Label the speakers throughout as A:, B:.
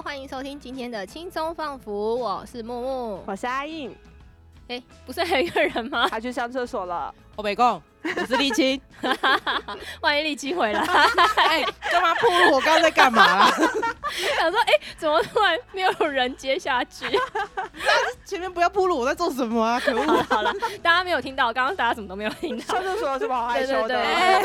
A: 欢迎收听今天的轻松放福，我是木木，
B: 我是阿印。
A: 不是还有一个人吗？
B: 他去上厕所了。
C: 我没空，我是沥青。
A: 欢迎沥青回来。
C: 干嘛暴露我刚刚在干嘛啦？
A: 想说，怎么突然没有人接下去？
C: 前面不要暴露我在做什么啊！可恶！
A: 好了，大家没有听到，刚刚大家什么都没有听到。
B: 上厕所有什么好害羞的？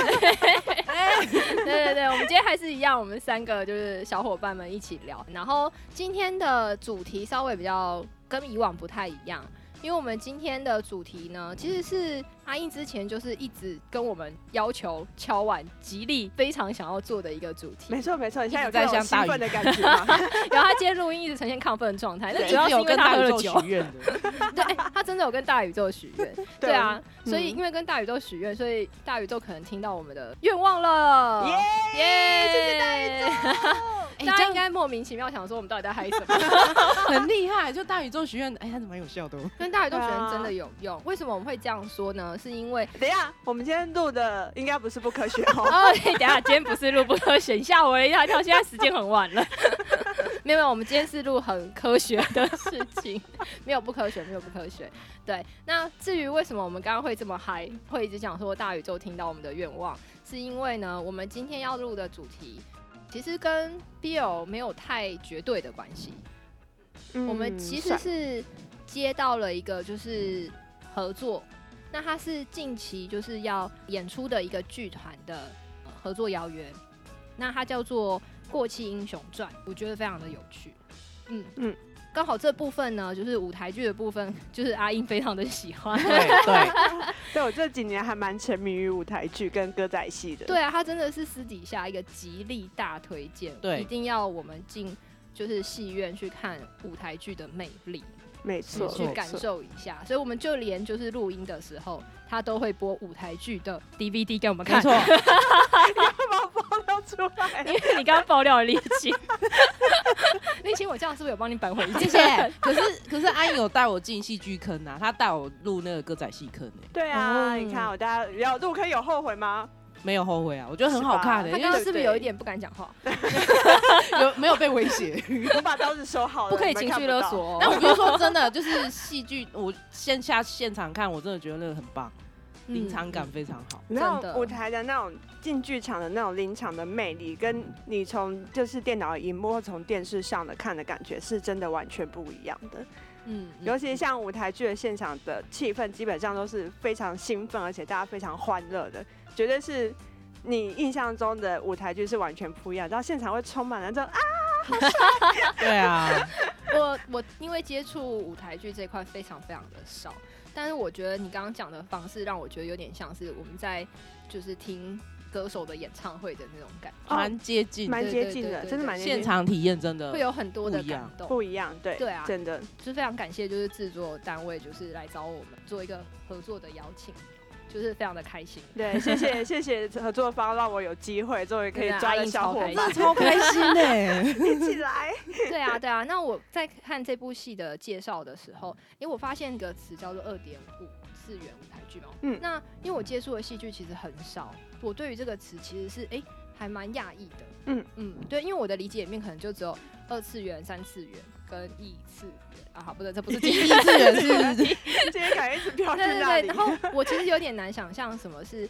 A: 对，我们今天还是一样，我们3个就是小伙伴们一起聊。然后今天的主题稍微比较跟以往不太一样。因为我们今天的主题呢，其实是阿印之前就是一直跟我们要求敲碗极力非常想要做的一个主题。
B: 没错，你现在有这种兴奋的感觉吗？
A: 然后他今天录音一直呈现亢奋的状态，那主要是因为他喝了酒。对，他真的有跟大宇宙许愿。对啊，所以因为跟大宇宙许愿，所以大宇宙可能听到我们的愿望了。
B: 耶！谢谢大宇宙。
A: 大家应该莫名其妙想说我们到底在嗨什么？
C: 很厉害，就大宇宙许愿，还是蛮有效的。
A: 跟大宇宙许愿真的有用。为什么我们会这样说呢？是因为
B: 等一下，我们今天录的应该不是不科学哦。
A: 等一下，今天不是录不科学，吓我一跳，现在时间很晚了。没有，我们今天是录很科学的事情，没有不科学，没有不科学。对，那至于为什么我们刚刚会这么嗨，会一直讲说大宇宙听到我们的愿望，是因为呢，我们今天要录的主题其实跟 BL 没有太绝对的关系。我们其实是接到了一个就是合作，那它是近期就是要演出的一个剧团的合作邀约，那它叫做《过气英雄传》，我觉得非常的有趣。刚好这部分呢，就是舞台剧的部分，就是阿英非常的喜欢。
B: 对，我这几年还蛮沉迷于舞台剧跟歌仔戏的。
A: 对啊，他真的是私底下一个极力大推荐，一定要我们进就是戏院去看舞台剧的魅力。
B: 没错，
A: 去感受一下，所以我们就连就是录音的时候，他都会播舞台剧的 DVD 给我们看。
C: 没错，
B: 你干嘛爆料出来？
A: 因为你刚刚爆料了沥青，沥青，我这样是不是有帮你扳回一
C: 谢谢。可是阿英有带我进戏剧坑啊，他带我入那个歌仔戏坑欸。
B: 对啊，你看大家要入坑有后悔吗？
C: 没有后悔啊，我觉得很好看的。
A: 他刚刚是不是有一点不敢讲话？
C: 没有被威胁？
B: 我把刀子收好了，
A: 不可以情绪勒索哦。
C: 但我觉得说真的，就是戏剧，我现场看，我真的觉得那个很棒，临场感非常好。
B: 然后舞台的那种进剧场的那种临场的魅力，跟你从就是电脑荧幕或从电视上的看的感觉，是真的完全不一样的。尤其像舞台剧的现场的气氛，基本上都是非常兴奋，而且大家非常欢乐的，绝对是你印象中的舞台剧是完全不一样。然后现场会充满了这种好帅。
C: 对啊，
A: 我因为接触舞台剧这一块非常非常的少，但是我觉得你刚刚讲的方式让我觉得有点像是我们在就是听歌手的演唱会的那种感觉，
C: 蛮接近
B: 的，真的蛮接近。
C: 现场体验真的
A: 会有很多的感动，
B: 不一样，对啊，真的，
A: 就是非常感谢，就是制作单位就是来找我们做一个合作的邀请，就是非常的开心。
B: 对，谢谢合作方让我有机会，终于可以抓一小伙伴，
C: 超开心的，
B: 一起来。
A: 对啊。那我在看这部戏的介绍的时候，我发现一个词叫做2.5次元舞台剧嘛。那因为我接触的戏剧其实很少，我对于这个词其实是还蛮讶异的。对，因为我的理解里面可能就只有2次元、3次元跟异次元啊。好，不对，这不是异
C: 次元是
B: 今天感觉一直飘去那里。
A: 对，然后我其实有点难想象什么是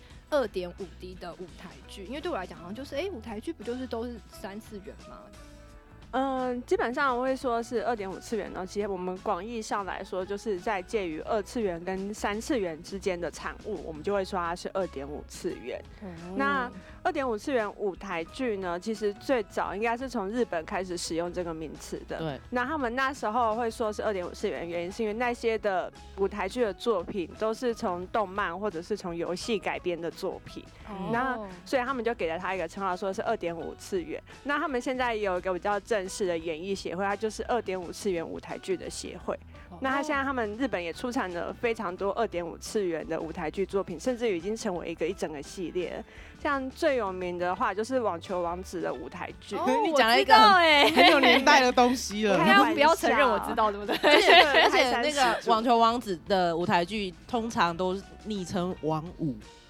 A: 2.5D 的舞台剧，因为对我来讲好像就是舞台剧不就是都是3次元吗？
B: 基本上我会说是2.5次元，然后其实我们广义上来说，就是在介于2次元跟3次元之间的产物，我们就会说它是2.5次元。那2.5次元舞台剧呢，其实最早应该是从日本开始使用这个名词的。
C: 对。
B: 那他们那时候会说是2.5次元，原因是因为那些的舞台剧的作品都是从动漫或者是从游戏改编的作品。那所以他们就给了他一个称号，说是2.5次元。那他们现在有一个比较正式的演艺协会，它就是2.5次元舞台剧的协会。那他现在他们日本也出产了非常多2.5次元的舞台剧作品，甚至已经成为一整个系列了。像最有名的话就是《网球王子》的舞台剧。
C: 你讲了一个很有年代的东西了。
A: 不要承认我知道，对不对？
C: 而且那个《网球王子》的舞台剧通常都昵称王舞。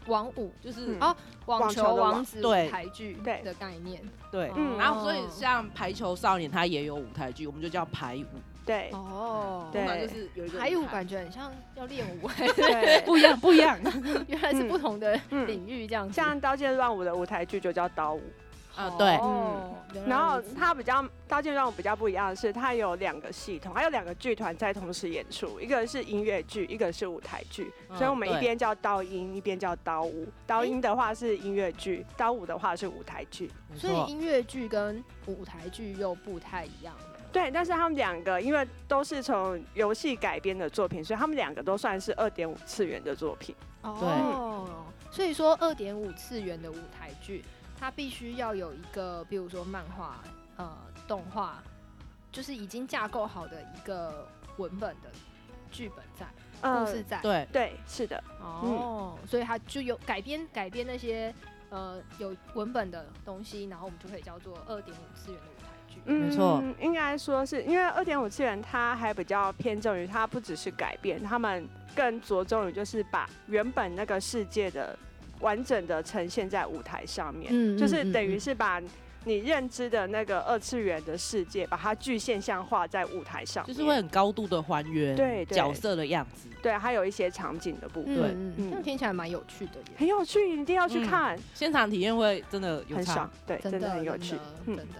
A: 网舞
C: 就是
A: 网球王子
C: 对
A: 舞台剧
B: 对
A: 的概念。
C: 对，
A: 嗯
C: 然后所以像排球少年它也有舞台剧，我们就叫排舞。
B: 对
C: 通常就是有一个
A: 排舞感觉很像要练舞，
B: 对，
C: 不一样，不一样。
A: 原来是不同的领域这样子。
B: 像《刀剑乱舞》的舞台剧就叫刀舞。
C: 对，
B: 然后它比较《刀剑乱舞》比较不一样的是，它有2个系统，还有2个剧团在同时演出，一个是音乐剧，一个是舞台剧。所以我们一边叫刀音，一边叫刀舞。刀音的话是音乐剧，刀舞的话是舞台剧。
A: 所以音乐剧跟舞台剧又不太一样。
B: 对，但是他们2个因为都是从游戏改编的作品，所以他们2个都算是2.5次元的作品。
A: 所以说2.5次元的舞台剧，它必须要有一个，比如说漫画、动画，就是已经架构好的一个文本的剧本在，故事在。
B: 对，是的。
A: 所以它就有改编那些有文本的东西，然后我们就可以叫做2.5次元的舞台剧。
C: 没错，
B: 应该说是因为2.5次元它还比较偏重于它不只是改变，他们更着重于就是把原本那个世界的完整的呈现在舞台上面，就是等于是把你认知的那个2次元的世界，把它具现象化在舞台上面，
C: 就是会很高度的还原角色的样子。
B: 对，还有一些场景的部分，
A: 这样听起来蛮有趣的耶，
B: 很有趣，一定要去看，
C: 现场体验会真的有差，
B: 很爽，对，真的很有趣，
A: 真的。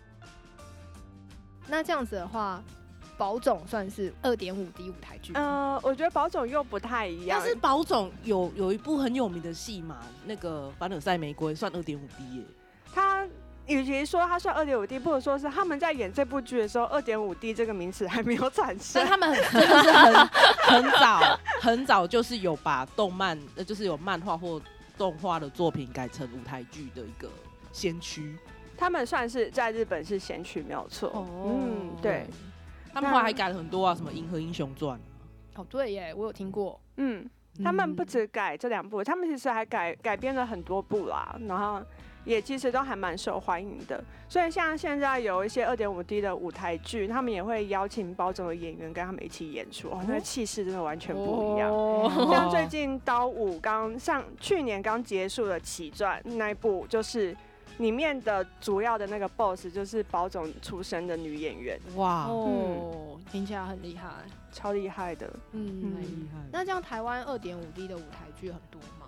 A: 那这样子的话，宝冢算是2.5D 舞台剧。
B: 我觉得宝冢又不太一样。
C: 但是宝冢有一部很有名的戏嘛，那个《凡尔赛玫瑰》算2.5D 耶。
B: 他与其说他算2.5D，不如说是他们在演这部剧的时候，2.5D 这个名词还没有产生。
C: 但他们真的是很早就是有把动漫，就是有漫画或动画的作品改成舞台剧的一个先驱。
B: 他们算是在日本是先驱，没有错。对。
C: 他们后来还改了很多啊，什么《银河英雄传》。
A: 对耶，我有听过。
B: 他们不止改这2部，他们其实还改编了很多部啦，然后也其实都还蛮受欢迎的。所以像现在有一些2.5D 的舞台剧，他们也会邀请宝冢的演员跟他们一起演出，那个气势真的完全不一样。像最近刀舞去年刚结束的《起传》那一部，就是里面的主要的那个 boss 就是宝冢出身的女演员。
C: 哇，
A: 听起来很厉害，
B: 超厉害的。
C: 太厉害。
A: 那这样台湾2.5D 的舞台剧很多吗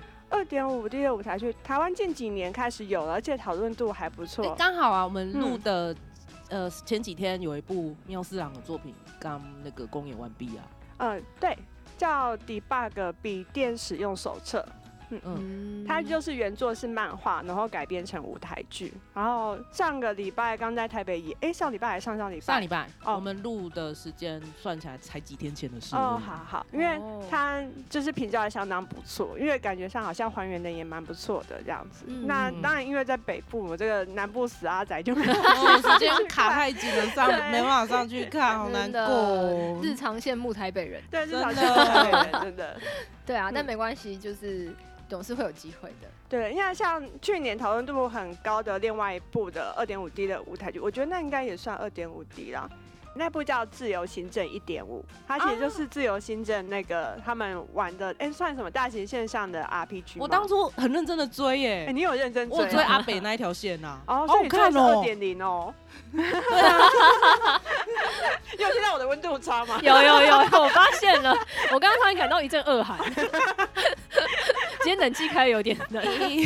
B: ？2.5D 的舞台剧，台湾近几年开始有了，而且讨论度还不错。
C: 刚好啊，我们录的前几天有一部妙四郎的作品刚那个公演完毕啊。
B: 对，叫 Debug 笔电使用手册。它就是原作是漫画，然后改编成舞台剧。然后上个礼拜刚在台北演，上礼拜还上礼拜？
C: 上礼拜，我们录的时间算起来才几天前的事。
B: 好，因为它就是评价相当不错，因为感觉上好像还原的也蛮不错的这样子。那当然，因为在北部，我这个南部死阿仔就没有
C: 时间卡太紧了，没办法上去看，好难过。
A: 日常羡慕台北人，
B: 对，日常羡慕台北人，真的。
A: 对啊，但没关系，就是总是会有机会的。
B: 对，因为像去年讨论度很高的另外一部的2.5D 的舞台剧，我觉得那应该也算2.5D 啦。那部叫《自由行政1.5》，它其实就是自由行政那个他们玩的，算什么大型线上的 RPG 吗？
C: 我当初很认真的追耶，
B: 你有认真追？
C: 我追阿北那一条线啊，
B: 所以你追的是2.0哦。
C: 对啊，
B: 你有听到我的温度差吗？
A: 有，我发现了，我刚刚突然感到一阵恶寒。今天冷气开有点冷，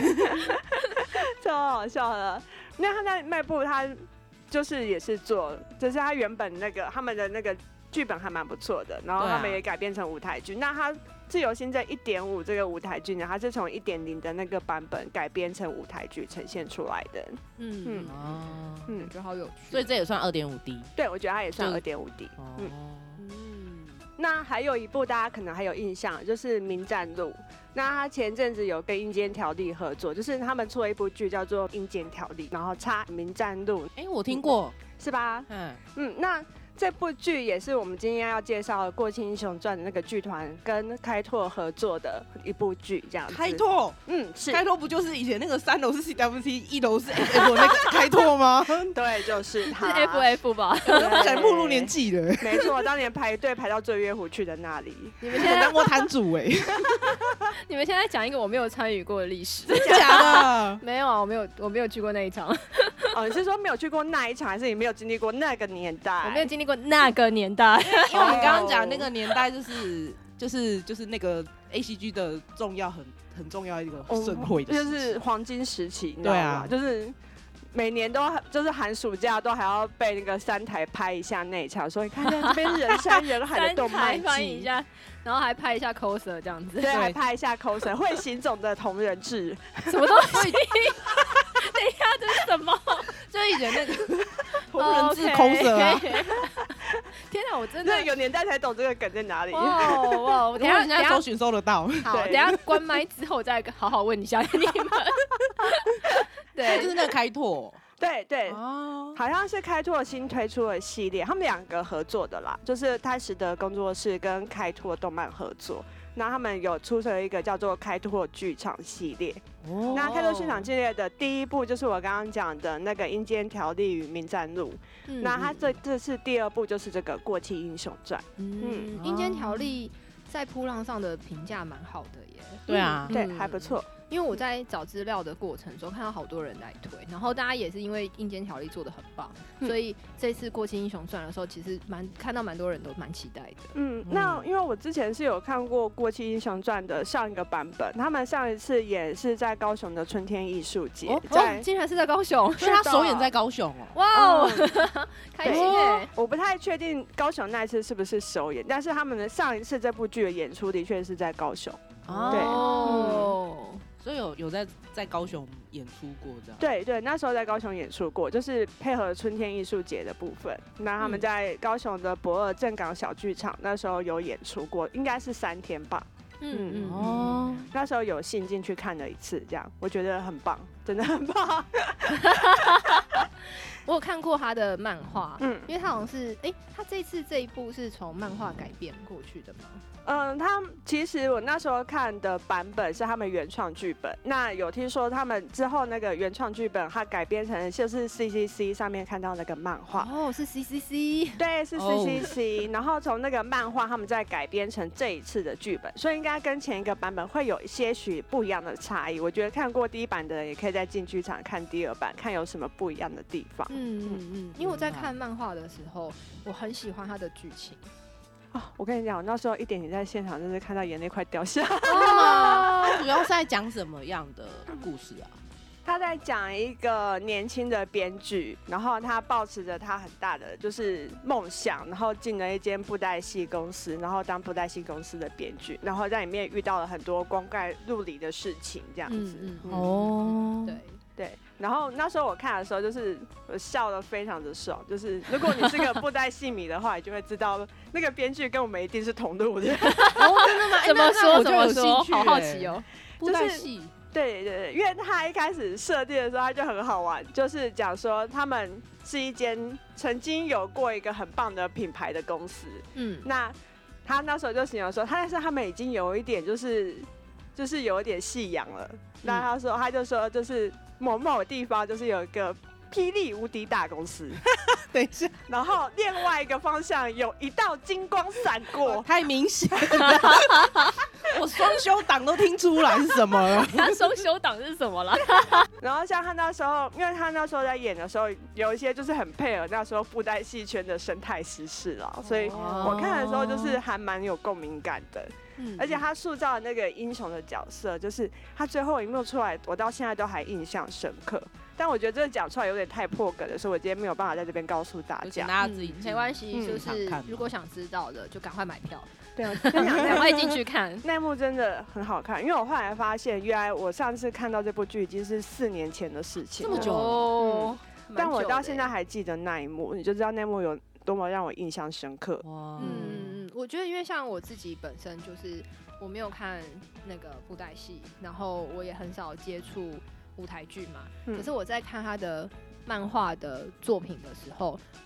B: 超好笑的。那他在那部他就是也是就是他原本那个他们的那个剧本还蛮不错的，然后他们也改编成舞台剧。那他自由行政1.5这个舞台剧呢，它是从1.0的那个版本改编成舞台剧呈现出来的。
A: 我觉得好有趣。
C: 所以这也算2.5D。
B: 对，我觉得它也算2.5D。那还有一部大家可能还有印象，就是《民战路》。那他前阵子有跟阴间条例合作，就是他们出了一部剧叫做《阴间条例》，然后插《民战路》。
C: 我听过，
B: 是吧？那这部剧也是我们今天要介绍的《过气英雄传》的那个剧团跟开拓合作的一部剧，这样子。
C: 开拓，
B: 是
C: 开拓不就是以前那个3楼是 CWT， 1楼是 FF 那个开拓吗？
B: 对，就是他。
A: 是 FF 吧？
C: 我都不想暴露年纪了。
B: 没错，当年排队排到醉月湖去的那里。
A: 你们现在
C: 当过摊主哎。
A: 你们现在讲一个我没有参与过的历史。
C: 真假的？
A: 没有啊，我没有去过那一场。
B: 哦，你是说没有去过那一场，还是你没有经历过那个年代？
A: 我没有经历过那个年代。
C: 因为我们刚刚讲那个年代，就是那个 ACG 的很重要一个盛会的，
B: 就是黄金时期，你知道吗？
C: 对啊，
B: 就是每年都就是寒暑假都还要被那个3台拍一下那一场，说你看这边人山人海的动漫
A: 3台拍一
B: 季。
A: 下，然后还拍一下 coser 这样子。
B: 对，还拍一下 coser 会行走的同人志，
A: 什么东西？等一下，这是什么？
C: 就以前那个同人志 coser 啊。
A: 天哪，我真的
B: 有年代才懂这个梗在哪里。
A: 哇！我等一下
C: 搜寻搜得到。
A: 好，等一下关麦之后再好好问一下你们。对，
C: 就是那个开拓。
B: 对对，好像是开拓新推出的系列，他们2个合作的啦，就是泰史德工作室跟开拓动漫合作。那他们有出了一个叫做开拓剧场系列。那开拓剧场系列的第一部就是我刚刚讲的那个《阴间条例与名战录》。那它这次第2部就是这个《过气英雄传》。
A: 阴间条例在噗浪上的评价蛮好的耶。
C: 对啊，
B: 对，还不错。
A: 因为我在找资料的过程中看到好多人在推，然后大家也是因为阴间条例做得很棒，所以这次过气英雄传的时候，其实看到蛮多人都蛮期待的。
B: 那因为我之前是有看过过气英雄传的上一个版本，他们上一次也是在高雄的春天艺术节，
A: 竟然是在高雄，
C: 所以他首演在高雄哦。
A: 哇哦，开心耶！
B: 我不太确定高雄那一次是不是首演，但是他们的上一次这部剧的演出的确是在高雄。
C: 所以有在高雄演出过这样。
B: 对对，那时候在高雄演出过，就是配合春天艺术节的部分。那他们在高雄的博尔正港小剧场那时候有演出过，应该是3天吧。那时候有幸进去看了一次，这样我觉得很棒，真的很棒。
A: 我有看过他的漫画，因为他好像是，他这次这一部是从漫画改编过去的吗？
B: 他其实我那时候看的版本是他们原创剧本，那有听说他们之后那个原创剧本，它改编成就是 CCC 上面看到那个漫画。
A: 是 CCC，
B: 对，是 CCC，然后从那个漫画他们再改编成这一次的剧本，所以应该跟前一个版本会有一些许不一样的差异。我觉得看过第1版的人也可以再进剧场看第2版，看有什么不一样的地方。
A: 因为我在看漫画的时候，我很喜欢它的剧情。
B: 我跟你讲，我那时候1点你在现场，就是看到眼泪快掉下来。
C: 主要是在讲什么样的故事啊？
B: 他在讲一个年轻的编剧，然后他抱持着他很大的就是梦想，然后进了一间布袋戏公司，然后当布袋戏公司的编剧，然后在里面遇到了很多光怪陆离的事情，这样子。对，然后那时候我看的时候，就是我笑得非常的爽。就是如果你是个布袋戏迷的话，你就会知道那个编剧跟我们一定是同路的。
C: 真的吗？
A: 怎么说？
C: 怎么说？
A: 好好奇哦。
C: 布袋戏，
B: 对，因为他一开始设定的时候，他就很好玩，就是讲说他们是一间曾经有过一个很棒的品牌的公司。那他那时候就形容说，但是他们已经有一点就是有一点夕阳了。那他就说就是某某地方就是有一个霹雳无敌大公司，
C: 等一下，
B: 然后另外一个方向有一道金光闪过，
C: 太明显了，我双修党都听出来是什么了。
A: 他双修党是什么了？
B: 然后像他那时候，因为他那时候在演的时候，有一些就是很配合那时候布袋戏圈的生态时事了，所以我看的时候就是还蛮有共鸣感的。而且他塑造的那个英雄的角色，就是他最后一幕出来，我到现在都还印象深刻。但我觉得这个讲出来有点太破梗了，所以我今天没有办法在这边告诉大家。
C: 大家自己
A: 没关系，就是如果想知道的，就赶快买票。
B: 对啊，
A: 赶快进去看。
B: 那一幕真的很好看，因为我后来发现，原来我上次看到这部剧已经是4年前的事情了，
C: 这么久
A: 哦。
B: 但我到现在还记得那一幕，你就知道那一幕有多么让我印象深刻。
A: 我觉得因为像我自己本身就是我没有看那个布袋戏，然后我也很少接触舞台剧嘛。可是我在看他的漫画的作品的时候，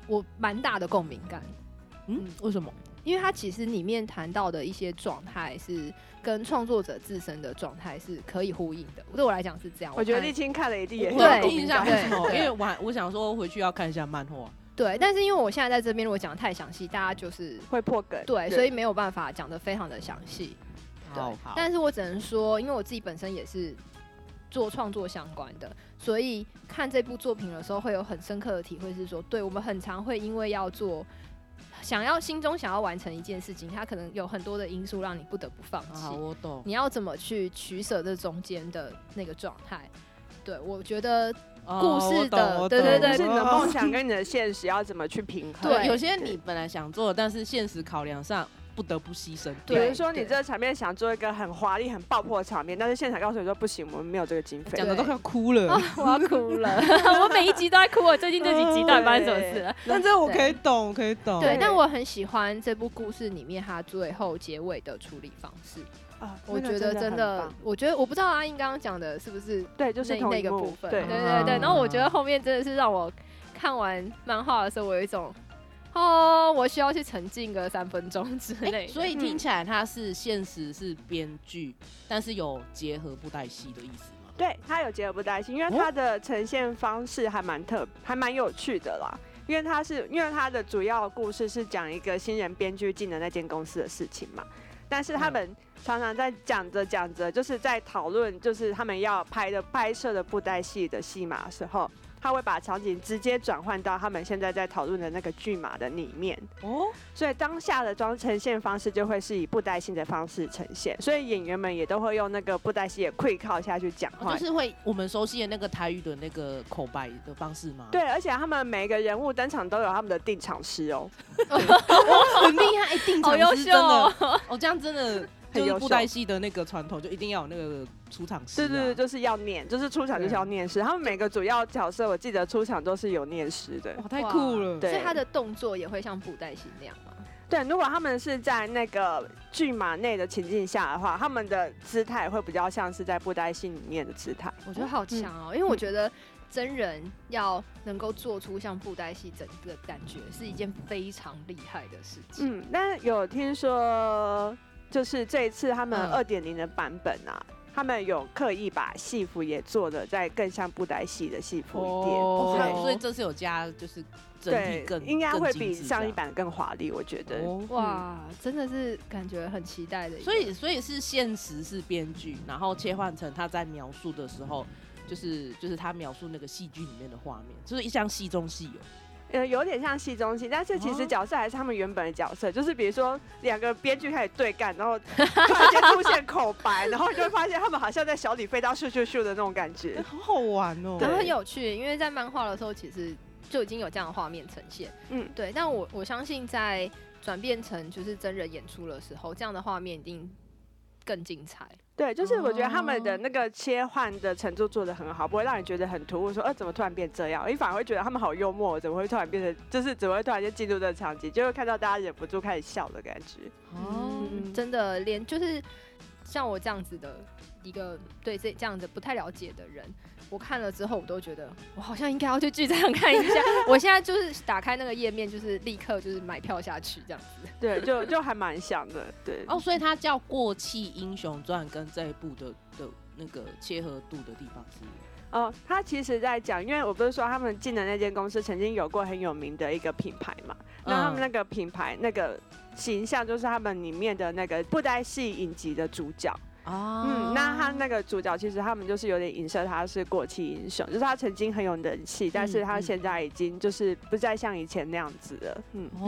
A: 我蛮大的共鸣感。
C: 为什么？
A: 因为它其实里面谈到的一些状态是跟创作者自身的状态是可以呼应的，对我来讲是这样。
B: 我觉得立青看了一定也
A: 对
C: 印象为什么？
A: 对
C: 因为我想说回去要看一下漫画。
A: 对，但是因为我现在在这边，如果讲得太详细，大家就是
B: 会破梗，
A: 对，所以没有办法讲得非常的详细。对，但是我只能说，因为我自己本身也是做创作相关的，所以看这部作品的时候会有很深刻的体会，是说，对我们很常会因为要做。心中想要完成一件事情，它可能有很多的因素让你不得不放弃。
C: 我懂。
A: 你要怎么去取舍这中间的那个状态？对，我觉得故事的，对，
B: 是你的梦想跟你的现实要怎么去平衡？
C: 对，有些你本来想做，但是现实考量上不得不牺牲。
B: 比如说你这个场面想做一个很华丽、很爆破的场面，但是现场告诉你说不行，我们没有这个经费，
C: 讲的都快哭了，
A: 我要哭了，我每一集都在哭。我最近这几集到底发生什么事了？
C: 但这我可以懂，
A: 对，但我很喜欢这部故事里面它最后结尾的处理方式。我觉得真的，我不知道阿英刚刚讲的是不是
B: 对，就是
A: 那个部分，对。然后我觉得后面真的是让我看完漫画的时候，我有一种。我需要去沉浸个3分钟之类的。
C: 所以听起来它是现实是编剧，但是有结合布袋戏的意思吗？
B: 对，它有结合布袋戏，因为它的呈现方式还蛮有趣的啦。因为它的主要故事是讲一个新人编剧进了那间公司的事情嘛。但是他们常常在讲着，就是在讨论，就是他们要拍摄的布袋戏的戏码的时候。他会把场景直接转换到他们现在在讨论的那个剧码的里面所以当下的呈现方式就会是以布袋戏的方式呈现，所以演员们也都会用那个布袋戏的跪靠下去讲话，
C: 就是会我们熟悉的那个台语的那个口白的方式吗？
B: 对，而且他们每个人物登场都有他们的定场诗
C: 很厉害，定场诗真的这样真的。就是布袋戏的那个传统，就一定要有那个出场诗。
B: 对，就是要念，就是出场就是要念诗。他们每个主要角色，我记得出场都是有念诗的。
C: 哇，太酷了！
A: 所以他的动作也会像布袋戏那样吗？
B: 对，如果他们是在那个剧码内的情境下的话，他们的姿态会比较像是在布袋戏里面的姿态。
A: 我觉得好强哦，因为我觉得真人要能够做出像布袋戏整个感觉，是一件非常厉害的事情。
B: 但有听说。就是这一次他们2.0的版本啊，他们有刻意把戏服也做的再更像布袋戏的戏服一点，
C: 所以这次有加就是整体更
B: 应该会比上一版更华丽，我觉得。
A: 哇，真的是感觉很期待的。
C: 所以是现实是编剧，然后切换成他在描述的时候，就是他描述那个戏剧里面的画面，就是像戏中戏有。
B: 有点像戏中戏，但是其实角色还是他们原本的角色，就是比如说2个编剧开始对干，然后突然间出现口白，然后就会发现他们好像在小李飞刀咻咻咻的那种感觉，
C: 好好玩哦，
A: 很有趣。因为在漫画的时候，其实就已经有这样的画面呈现，对。但我相信在转变成就是真人演出的时候，这样的画面一定更精彩。
B: 对，就是我觉得他们的那个切换的程度做得很好，不会让你觉得很突兀，说怎么突然变这样？你反而会觉得他们好幽默，怎么会突然变成，就是怎么会突然间进入这个场景，就会看到大家忍不住开始笑的感觉。
A: 真的连就是像我这样子的一个对这样子不太了解的人，我看了之后，我都觉得我好像应该要去剧场看一下。我现在就是打开那个页面，就是立刻就是买票下去这样子。
B: 对，就还蛮像的。对。
C: 所以它叫《过气英雄传》，跟这一部的那个切合度的地方是。
B: 他其实在讲，因为我不是说他们进的那间公司曾经有过很有名的一个品牌嘛，那他们那个品牌那个形象就是他们里面的那个布袋戏影集的主角。那他那个主角其实他们就是有点影射他是过气英雄，就是他曾经很有人气，但是他现在已经就是不再像以前那样子了。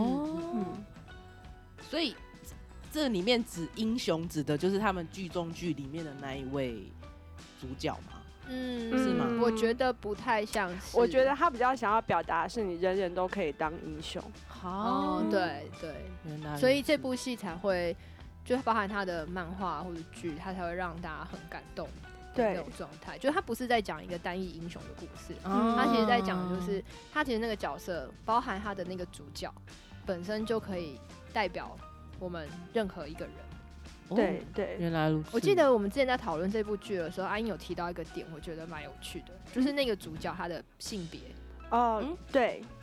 C: 所以这里面指英雄指的就是他们剧中剧里面的那一位主角吗？是吗？
A: 我觉得不太像是。
B: 我觉得他比较想要表达的是你人人都可以当英雄。
A: 对，
C: 原来。
A: 所以这部戏才会。就包含他的漫画或者剧，他才会让大家很感动的那种状态。就是他不是在讲一个单一英雄的故事，他其实在讲就是他其实那个角色，包含他的那个主角本身就可以代表我们任何一个人。
B: 对，
C: 原来如此。
A: 我记得我们之前在讨论这部剧的时候，阿英有提到一个点，我觉得蛮有趣的，就是那个主角他的性别。
B: 对。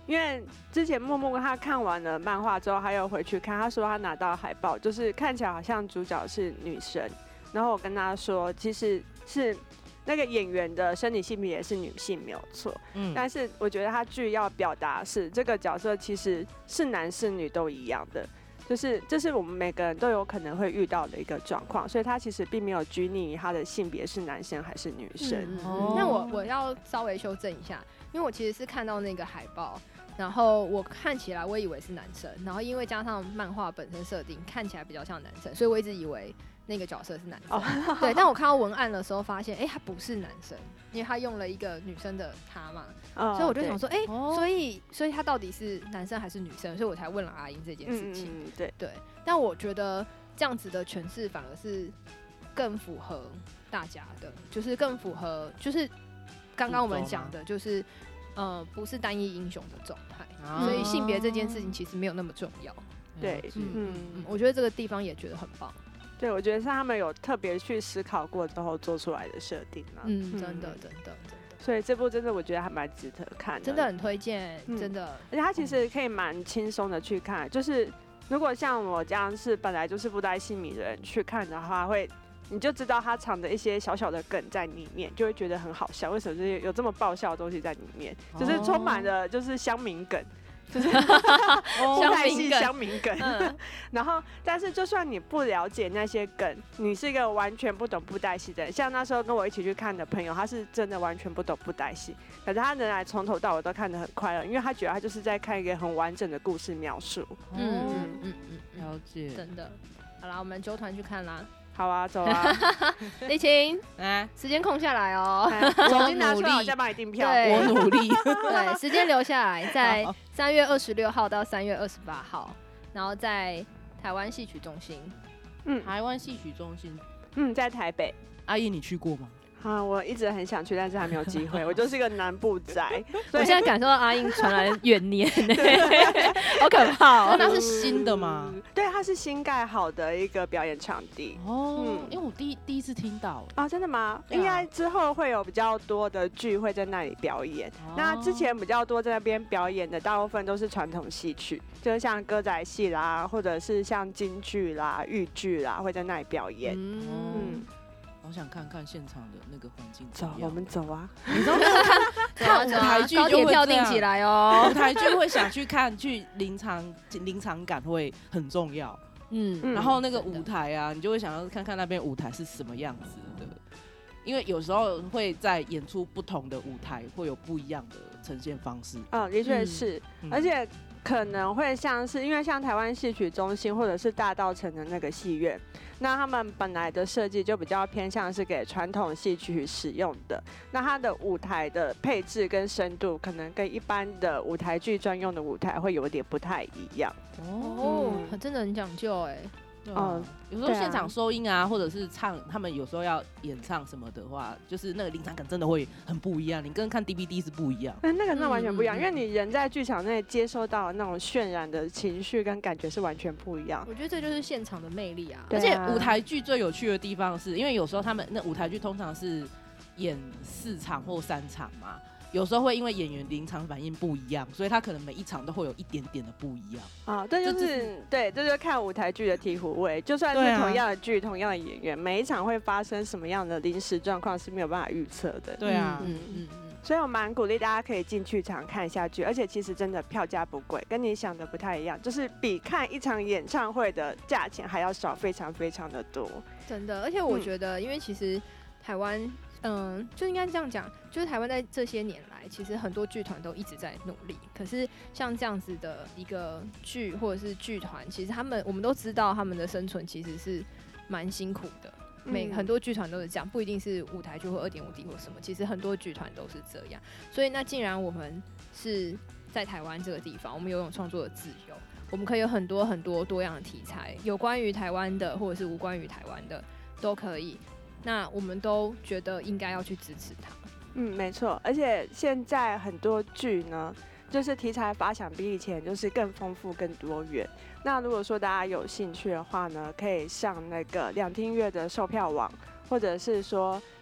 B: 因为之前默默他看完了漫画之后，他又回去看，他说他拿到海报，就是看起来好像主角是女生，然后我跟他说，其实是那个演员的生理性别也是女性没有错，但是我觉得他剧要表达是这个角色其实是男是女都一样的。就是这是我们每个人都有可能会遇到的一个状况，所以他其实并没有拘泥于他的性别是男生还是女生。
A: 那我要稍微修正一下，因为我其实是看到那个海报，然后我看起来我以为是男生，然后因为加上漫画本身设定看起来比较像男生，所以我一直以为那个角色是男生。对，但我看到文案的时候发现，他不是男生，因为他用了一个女生的他嘛。所以我就想说，所以他到底是男生还是女生？所以我才问了阿英这件事情。对。但我觉得这样子的诠释反而是更符合大家的，就是更符合，就是刚刚我们讲的，就是不是单一英雄的状态。所以性别这件事情其实没有那么重要。
B: 对，
A: 我觉得这个地方也觉得很棒。
B: 对，我觉得是他们有特别去思考过之后做出来的设定啦。
A: 真的。
B: 所以这部真的我觉得还蛮值得看的，
A: 真的很推荐，真的。
B: 而且它其实可以蛮轻松的去看，就是如果像我这样是本来就是布袋戏迷的人去看的话，你就知道它藏的一些小小的梗在里面，就会觉得很好笑。为什么有这么爆笑的东西在里面？就是充满了就是乡民梗。就是布袋戏乡民梗，然后但是就算你不了解那些梗，你是一个完全不懂布袋戏的人，像那时候跟我一起去看的朋友，他是真的完全不懂布袋戏，可是他仍然从头到尾都看得很快乐，因为他觉得他就是在看一个很完整的故事描述。
C: 了解，
A: 真的。好啦，我们揪团去看啦。
B: 好啊，走啊！
A: 丽琴，时间空下来哦，
B: 手机拿出来，我再帮你订票。
C: 我努力。
A: 对，时间留下来，在3月26号到3月28号，然后在台湾戏曲中心。
C: 台湾戏曲中心。
B: 在台北。
C: 阿姨，你去过吗？
B: 我一直很想去，但是还没有机会。我就是一个南部宅，
A: 我现在感受到阿英传来的怨念，好可怕哦！
C: 那是新的吗？
B: 对，它是新盖好的一个表演场地。
C: 因为我第一次听到。
B: 真的吗？应该之后会有比较多的剧会在那里表演。那之前比较多在那边表演的，大部分都是传统戏曲，就是像歌仔戏啦，或者是像京剧啦、豫剧啦，会在那里表演。
C: 我想看看现场的那个环境。
B: 走，我们走啊！
C: 你知道那个看舞台剧，
A: 高铁票订起来哦。
C: 舞台剧会想去看，去临场感会很重要。然后那个舞台啊，你就会想要看看那边舞台是什么样子的，因为有时候会在演出不同的舞台，会有不一样的呈现方式。
B: 的确是，而且可能会像是因为像台湾戏曲中心或者是大稻埕的那个戏院。那他们本来的设计就比较偏向是给传统戏曲使用的，那它的舞台的配置跟深度可能跟一般的舞台剧专用的舞台会有点不太一样。
A: 真的很讲究哎。
C: 有时候现场收音啊，或者是唱，他们有时候要演唱什么的话，就是那个临场感真的会很不一样，你跟看 DVD 是不一样。
B: 那个完全不一样，因为你人在剧场内接收到那种渲染的情绪跟感觉是完全不一样。
A: 我觉得这就是现场的魅力啊！
C: 而且舞台剧最有趣的地方是，因为有时候他们那舞台剧通常是演4场或3场嘛。有时候会因为演员临场反应不一样，所以他可能每一场都会有一点点的不一样。
B: 这就是对，这就是看舞台剧的醍醐味。就算是同样的剧、同样的演员，每一场会发生什么样的临时状况是没有办法预测的。
C: 对啊，
B: 所以我蛮鼓励大家可以进剧场看一下剧，而且其实真的票价不贵，跟你想的不太一样，就是比看一场演唱会的价钱还要少，非常非常的多。
A: 真的，而且我觉得，因为其实台湾。就应该这样讲，就是台湾在这些年来，其实很多剧团都一直在努力。可是像这样子的一个剧或者是剧团，其实我们都知道他们的生存其实是蛮辛苦的。很多剧团都是这样，不一定是舞台剧或2.5D 或什么，其实很多剧团都是这样。所以那既然我们是在台湾这个地方，我们拥有创作的自由，我们可以有很多很多多样的题材，有关于台湾的或者是无关于台湾的都可以。那我们都觉得应该要去支持它。
B: 没错，而且现在很多剧呢，就是题材发想比以前就是更丰富、更多元。那如果说大家有兴趣的话呢，可以上那个两厅院的售票网，或者是说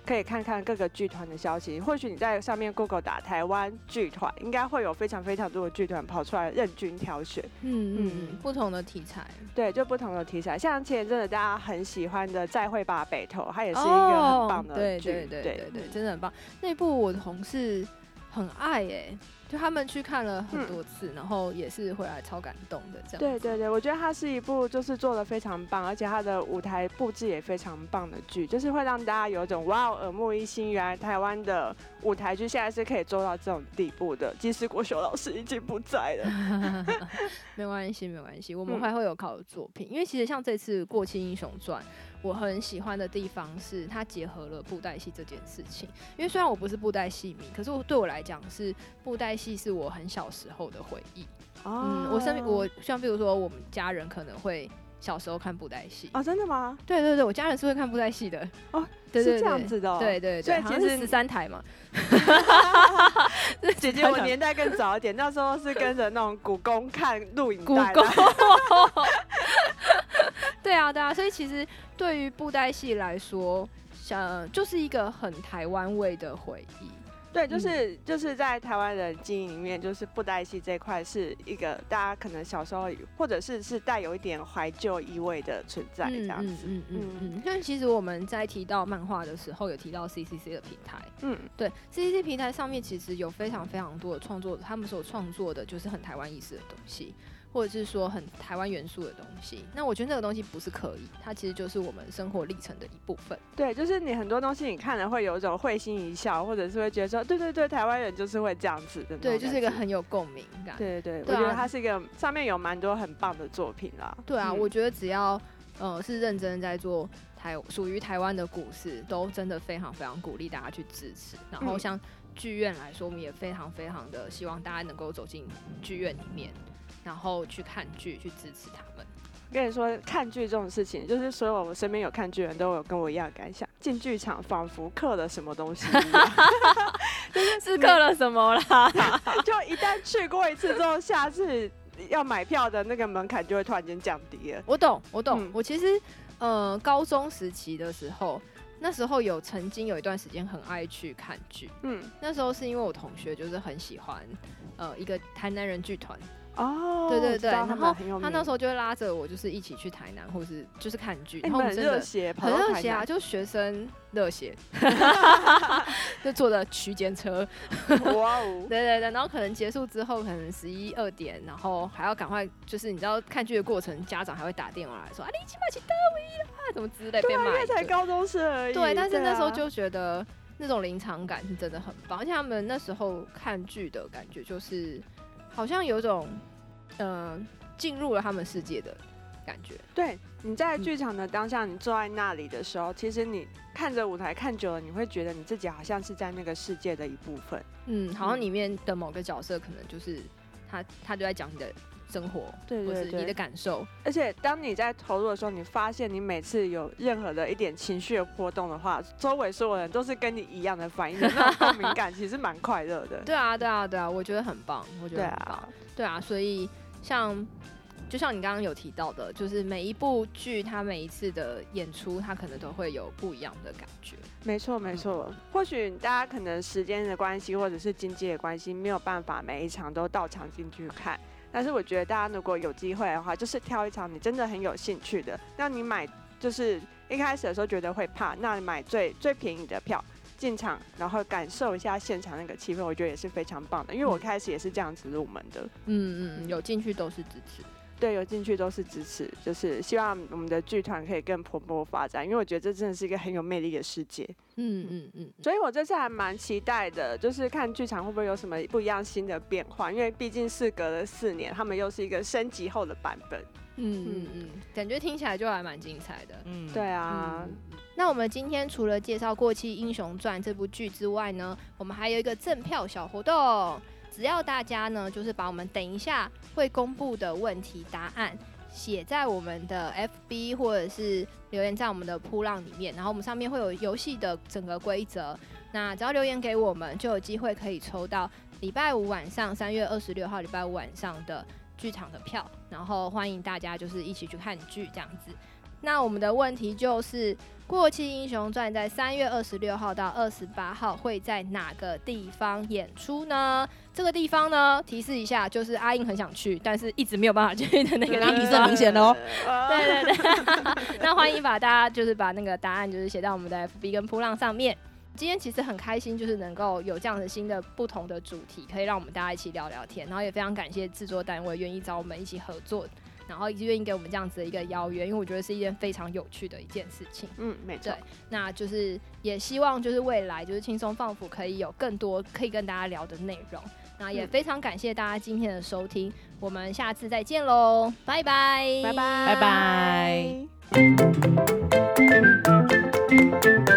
B: 可以看看各个剧团的消息。或许你在上面 Google 打台湾剧团，应该会有非常非常多的剧团跑出来任君挑选。
A: 不同的题材。
B: 对，就不同的题材。像前阵子大家很喜欢的《再会吧北投》，它也是一个很棒的剧。
A: 对，真的很棒。那部我同事很爱就他们去看了很多次，然后也是回来超感动的这样。
B: 对，我觉得它是一部就是做的非常棒，而且它的舞台布置也非常棒的剧，就是会让大家有一种哇耳目一新，原来台湾的舞台剧现在是可以做到这种地步的。即使国修老师已经不在了，
A: 没关系，我们还会有好的作品。因为其实像这次《过气英雄传》，我很喜欢的地方是它结合了布袋戏这件事情。因为虽然我不是布袋戏迷，可是对我来讲是布袋戏是我很小时候的回忆。我像比如说我们家人可能会小时候看布袋戏。
B: 真的吗？
A: 对，我家人是会看布袋戏的。
B: 对，是这样子的。
A: 对，所以其实13台嘛。
B: 姐姐我年代更早一点，那时候是跟着那种古宫看录影带。
A: 古宫。对啊，所以其实对于布袋戏来说，就是一个很台湾味的回忆。
B: 对，就是在台湾人记忆里面，就是布袋戏这块是一个大家可能小时候或者是带有一点怀旧意味的存在这样子。
A: 但其实我们在提到漫画的时候，有提到 CCC 的平台。对 ，CCC 平台上面其实有非常非常多的创作，他们所创作的就是很台湾意识的东西。或者是说很台湾元素的东西，那我觉得那个东西不是刻意，它其实就是我们生活历程的一部分。
B: 对，就是你很多东西你看了会有一种会心一笑，或者是会觉得说，对，台湾人就是会这样子的。
A: 对，就是一个很有共鸣感。
B: 对，我觉得它是一个上面有蛮多很棒的作品啦。
A: 对啊，我觉得只要是认真在做属于台湾的故事，都真的非常非常鼓励大家去支持。然后像剧院来说，我们也非常非常的希望大家能够走进剧院里面。然后去看剧，去支持他们。
B: 跟你说，看剧这种事情，就是所有我身边有看剧的人都有跟我一样的感想，进剧场仿佛刻了什么东西一样。
A: 是刻了什么啦？
B: 就一旦去过一次之后，下次要买票的那个门槛就会突然间降低了。
A: 我懂。我其实高中时期的时候，那时候曾经有一段时间很爱去看剧。那时候是因为我同学就是很喜欢一个台南人剧团。对，然后他那时候就会拉着我，就是一起去台南，或是就是看剧。然后
B: 很热血，
A: 很热血啊，就学生热血，就坐着区间车。
B: 哇哦！
A: 对，然后可能结束之后，可能11、2点，然后还要赶快，就是你知道看剧的过程，家长还会打电话来说你起码去得位啦，什么之类被骂。
B: 对，因为才高中生而已。
A: 对，但是那时候就觉得那种临场感是真的很棒，而且他们那时候看剧的感觉就是。好像有种，进入了他们世界的感觉。
B: 对，你在剧场的当下，你坐在那里的时候，其实你看着舞台看久了，你会觉得你自己好像是在那个世界的一部分。
A: 好像里面的某个角色可能就是他就在讲你的生活，
B: 对，
A: 或是你的感受。
B: 而且当你在投入的时候，你发现你每次有任何的一点情绪的波动的话，周围所有人都是跟你一样的反应的，那种共鸣感其实蛮快乐的。
A: 对啊，我觉得很棒，对啊，所以就像你刚刚有提到的，就是每一部剧它每一次的演出，它可能都会有不一样的感觉。
B: 没错，或许大家可能时间的关系或者是经济的关系，没有办法每一场都到场进去看。但是我觉得大家如果有机会的话，就是挑一场你真的很有兴趣的，那你买就是一开始的时候觉得会怕，那你买最便宜的票进场，然后感受一下现场那个气氛，我觉得也是非常棒的。因为我开始也是这样子入门的。
A: 有进去都是支持。
B: 对，有进去都是支持，就是希望我们的剧团可以更蓬勃发展，因为我觉得这真的是一个很有魅力的世界。所以我这次还蛮期待的，就是看剧场会不会有什么不一样新的变化，因为毕竟事隔了4年，他们又是一个升级后的版本。
A: 感觉听起来就还蛮精彩的。
B: 对啊。
A: 那我们今天除了介绍《过气英雄传》这部剧之外呢，我们还有一个赠票小活动。只要大家呢，就是把我们等一下会公布的问题答案写在我们的 FB 或者是留言在我们的噗浪里面，然后我们上面会有游戏的整个规则。那只要留言给我们，就有机会可以抽到礼拜五晚上3月26号礼拜五晚上的剧场的票，然后欢迎大家就是一起去看剧这样子。 那我们的问题就是《过气英雄传》在3月26号到28号会在哪个地方演出呢？这个地方呢，提示一下，就是阿英很想去，但是一直没有办法去的那个地方。
C: 提示很明显哦。
A: 对对对。那欢迎把大家就是把那个答案就是写到我们的 FB 跟噗浪上面。今天其实很开心，就是能够有这样的新的不同的主题，可以让我们大家一起聊聊天。然后也非常感谢制作单位愿意找我们一起合作，然后愿意给我们这样子的一个邀约，因为我觉得是一件非常有趣的一件事情。
B: 没错。
A: 对，那就是也希望就是未来就是轻松放辅可以有更多可以跟大家聊的内容。那也非常感谢大家今天的收听，我们下次再见喽，拜拜，
B: 拜拜，
C: 拜拜。